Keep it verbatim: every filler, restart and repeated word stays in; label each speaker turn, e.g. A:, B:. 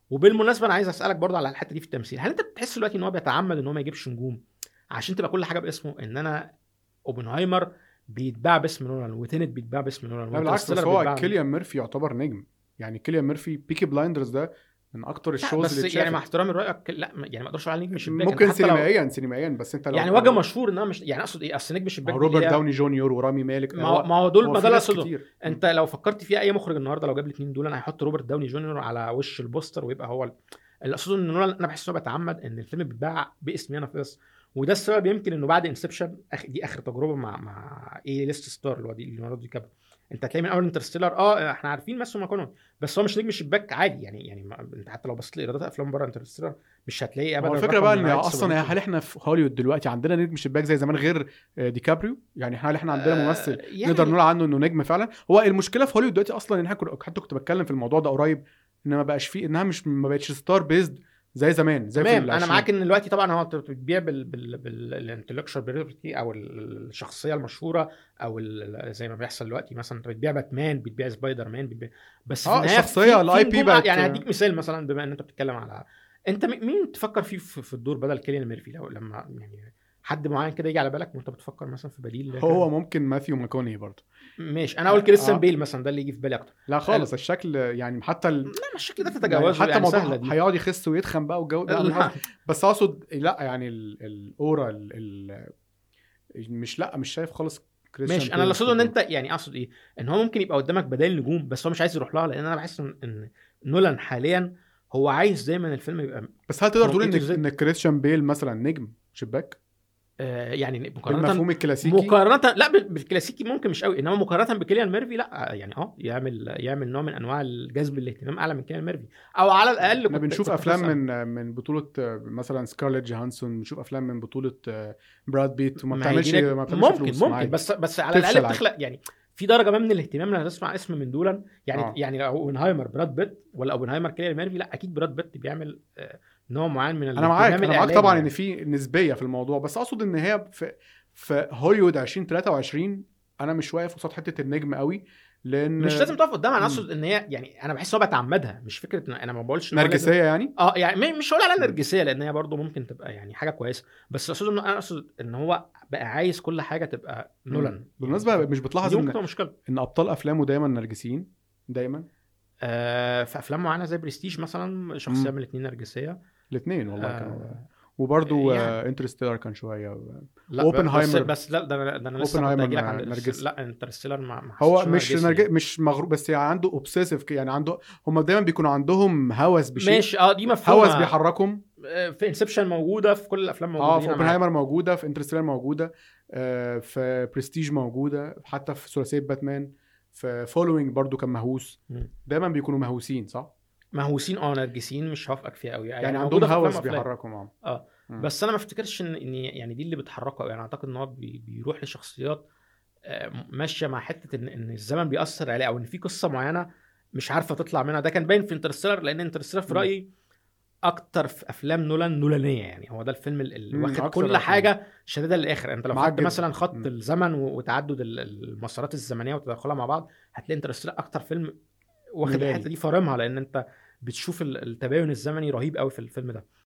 A: وبالمناسبه انا عايز اسالك برضه على الحته دي في التمثيل، هل انت بتحس دلوقتي ان هو بيتعمد ان هو ما يجيبش نجوم عشان تبقى كل حاجه باسمه؟ ان انا اوبنهايمر بيتباع باسم نولان، وتينت بيتباع باسم نولان،
B: لا بالعكس، بس
A: وانترستيلر
B: هو
A: بيتباع.
B: كيليان ميرفي يعتبر نجم. يعني كيليان ميرفي بيكي بلايندرز ده من اكتر
A: لا
B: الشوز
A: بس
B: اللي اتشافت.
A: يعني مع احترامي لرايك، لا يعني ما اقدرش على نجم الشباك. انت
B: ممكن
A: حتى لو
B: سينمائيا سينمائيا بس انت لو
A: يعني وجه
B: لو
A: مشهور ان انا مش يعني اقصد ايه، اصل نجم
B: ما
A: الشباك
B: هو
A: دي اللي
B: روبرت
A: هي
B: داوني جونيور ورامي مالك،
A: ما هو
B: هو
A: ما هو دول
B: هو
A: ما
B: في
A: ده اللي
B: ناس
A: اقصده.
B: كتير.
A: انت لو فكرت فيها اي مخرج النهارده لو جاب الاثنين دول انا هيحط روبرت داوني جونيور على وش البوستر ويبقى هو ال- اللي اقصده ان نولان انا بحس انه بيتعمد ان الفيلم بيتباع باسمي انا بس. وده السبب يمكن انه بعد انسبشن أخ... دي اخر تجربه مع مع ايه ليست ستار اللي هو دي ليوناردو دي كابريو. انت هتلاقي من اول انترستيلر اه احنا عارفين ماسو ماكونوي، بس هو مش نجم الشباك عادي يعني. يعني ما... انت حتى لو بصيت لايرادات افلام بره انترستيلر مش هتلاقي
B: ما هو
A: ابدا
B: الفكره
A: رقم
B: بقى
A: من
B: ان
A: نوعيه
B: اصلا
A: سبعمية.
B: هل احنا في هوليوود دلوقتي عندنا نجم شباك زي زمان غير آه، ديكابريو؟ يعني هل احنا عندنا ممثل
A: آه
B: نقدر
A: يعني
B: نقول عنه انه نجم فعلا؟ هو المشكله في هوليوود دلوقتي اصلا ان احنا كنا- حتى كنت بتكلم في الموضوع ده قريب، ان ما بقاش فيه، انها مش ما بقتش ستار بيزد زي زمان، زي في
A: تمام. انا
B: العشرين.
A: معاك ان دلوقتي طبعا هو انت بتبيع بال بال بالانتلكشوال بيرسوناليتي او ال- الشخصيه المشهوره او ال- زي ما بيحصل دلوقتي مثلا انت بتبيع باتمان، بتبيع سبايدر مان، بتبيع. بس في
B: اه
A: النهايه
B: الشخصيه
A: في في
B: الاي بي
A: نجوم.
B: بقت
A: يعني هديك مثال مثلا بما ان انت بتتكلم على انت م- مين تفكر فيه في في الدور بدل كيليان ميرفي؟ لو لما يعني حد معين كده يجي على بالك وانت بتفكر مثلا في بديل كده.
B: هو ممكن ماثيو ماكوني برضه.
A: ماشي انا اقول
B: اه
A: كريستيان
B: آه.
A: بيل مثلا، ده اللي يجي في بالي اكتر.
B: لا
A: ال-
B: خالص الشكل يعني حتى ال...
A: لا مش الشكل ده
B: يعني
A: تتجاوزه
B: حتى
A: يعني سهله
B: موضوع
A: دي.
B: هيقعد يخس ويتخن بقى والجو ده مش
A: لا
B: قصدي. بس اقصد لا يعني ال- الاورا ال... ال... مش لا مش شايف خالص كريستيان
A: ماشي. انا اللي
B: بيل في
A: اقصده ان
B: الدور.
A: انت يعني اقصد ايه، ان هو ممكن يبقى قدامك بدائل نجوم بس هو مش عايز يروح لها، لان انا بحس ان إن نولان حاليا هو عايز دايما الفيلم يبقى
B: بس هل تقدر
A: from
B: تقول
A: A
B: ان
A: to Z.
B: ان كريستيان بيل مثلا نجم شباك
A: آه يعني مقارنه
B: بالمفهوم الكلاسيكي؟
A: مقارنه لا بال- بالكلاسيكي ممكن مش قوي، انما مقارنه بكيليان ميرفي لا يعني اه يعمل يعمل نوع من انواع الجذب الاهتمام اعلى من كيليان ميرفي، او على الاقل
B: احنا
A: كنت
B: بنشوف
A: كنت
B: افلام
A: هسأل.
B: من من بطوله مثلا سكارليت جوهانسون، بنشوف افلام من بطوله براد بيت وما
A: ما هي
B: بتعملش
A: دي نجم
B: ما بتعملش
A: ممكن
B: فلوس، ما
A: ممكن
B: عادي
A: بس بس على الاقل
B: تفشل عادي.
A: بتخلق يعني في درجه ما من الاهتمام لما تسمع اسم من دول. يعني
B: اه
A: يعني لو اوبنهايمر براد بيت ولا اوبنهايمر كيليان ميرفي، لا اكيد براد بيت بيعمل آه، نوع معين من
B: انا معاك
A: الاهتمام
B: انا معاك
A: الاعلامي
B: طبعا ان
A: يعني.
B: في نسبيه في الموضوع، بس اقصد ان هي في في هوليوود ألفين وتلاتة وعشرين انا مش واقف قصاد حته النجم قوي، لان
A: مش لازم تقف قدام. انا
B: مم.
A: اقصد ان هي يعني انا بحس هو بتعمدها، مش فكره إن انا ما بقولش ان هو لازم
B: نرجسيه يعني.
A: اه يعني م- مش هقول عليها
B: مم.
A: نرجسيه لان هي برضه ممكن تبقى يعني حاجه كويسه، بس اقصد انه انا اقصد ان هو بقى عايز كل حاجه تبقى
B: مم.
A: نولان يعني.
B: بالمناسبه مش بتلاحظ
A: ودي ممكن
B: ان
A: تبقى مشكله.
B: ان ابطال افلامه دايما نرجسيين دايما؟
A: آه في افلام معينه زي برستيج مثلا شخصيه من الاثنين نرجسيه.
B: الاثنين والله كانوا.
A: آه
B: وبرضو
A: يعني
B: انترستيلر كان شويه.
A: لا ب- بس
B: اوبنهايمر
A: بس لا ده انا ده انا لسه كنت
B: اوبنهايمر
A: هاجي لك عند
B: ن-
A: الانترستيلر.
B: نرجسي.
A: لا انترستيلر ما ما
B: هو
A: حسيتش انه
B: مش
A: نرجسي
B: نرج...
A: يعني.
B: مش مغرور، بس يعني عنده اوبسيسيف يعني عنده، هم دايما بيكونوا عندهم هوس بشيء،
A: ماشي اه دي
B: هوس
A: مفهومه.
B: بيحركهم.
A: آه، في انسبشن موجوده، في كل الافلام
B: اه
A: موجودين
B: في
A: انا معاك.
B: اوبنهايمر موجوده، في انترستيلر موجوده، آه في برستيج موجوده، حتى في ثلاثيه باتمان، في فولوينج برضو كان مهووس.
A: مم.
B: دايما بيكونوا مهووسين صح؟
A: مهووسين اه نرجسيين مش هوافقك فيها قوي يعني,
B: يعني
A: يعني
B: عندهم
A: موجوده في افلام
B: هوس
A: وافلام.
B: بيحركهم اه.
A: اه
B: مم.
A: بس انا ما افتكرش ان ان يعني دي اللي بتحركه يعني. اعتقد ان هو بي بيروح لشخصيات آه، ماشيه مع حته ان ان الزمن بيأثر عليه او ان في قصه معينه مش عارفه تطلع منها. ده كان باين في انترستيلر، لان انترستيلر في
B: مم.
A: رايي اكتر في افلام نولان نولانيه يعني. هو ده الفيلم ال- اللي
B: مم.
A: واخد
B: اكتر
A: كل
B: افلام
A: حاجه شديده للاخر. انت لو
B: معاك
A: خدت
B: جدا.
A: مثلا خط
B: مم.
A: الزمن و- وتعدد ال- المسارات الزمنيه وتدخلها مع بعض هتلاقي انترستيلر اكتر فيلم واخد الحته
B: نولاني.
A: دي فارمها، لان انت بتشوف ال- التباين الزمني رهيب قوي في الفيلم ده.